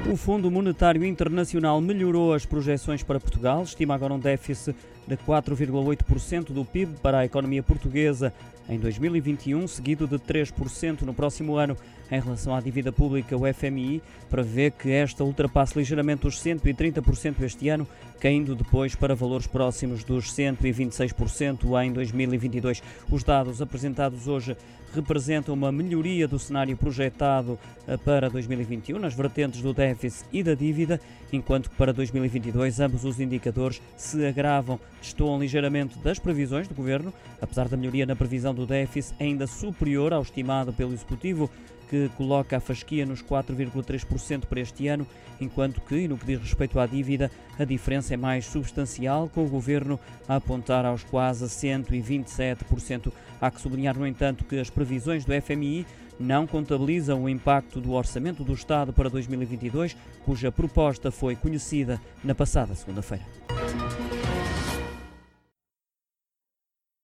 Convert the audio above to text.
O Fundo Monetário Internacional melhorou as projeções para Portugal, estima agora um déficit de 4,8% do PIB para a economia portuguesa em 2021, seguido de 3% no próximo ano. Em relação à dívida pública, o FMI prevê que esta ultrapasse ligeiramente os 130% este ano, caindo depois para valores próximos dos 126% em 2022. Os dados apresentados hoje representam uma melhoria do cenário projetado para 2021 nas vertentes do déficit e da dívida, enquanto que para 2022 ambos os indicadores se agravam, destoam ligeiramente das previsões do Governo, apesar da melhoria na previsão do déficit ainda superior ao estimado pelo Executivo, que coloca a fasquia nos 4,3% para este ano, enquanto que, no que diz respeito à dívida, a diferença é mais substancial, com o Governo a apontar aos quase 127%. Há que sublinhar, no entanto, que as previsões do FMI não contabilizam o impacto do Orçamento do Estado para 2022, cuja proposta foi conhecida na passada segunda-feira.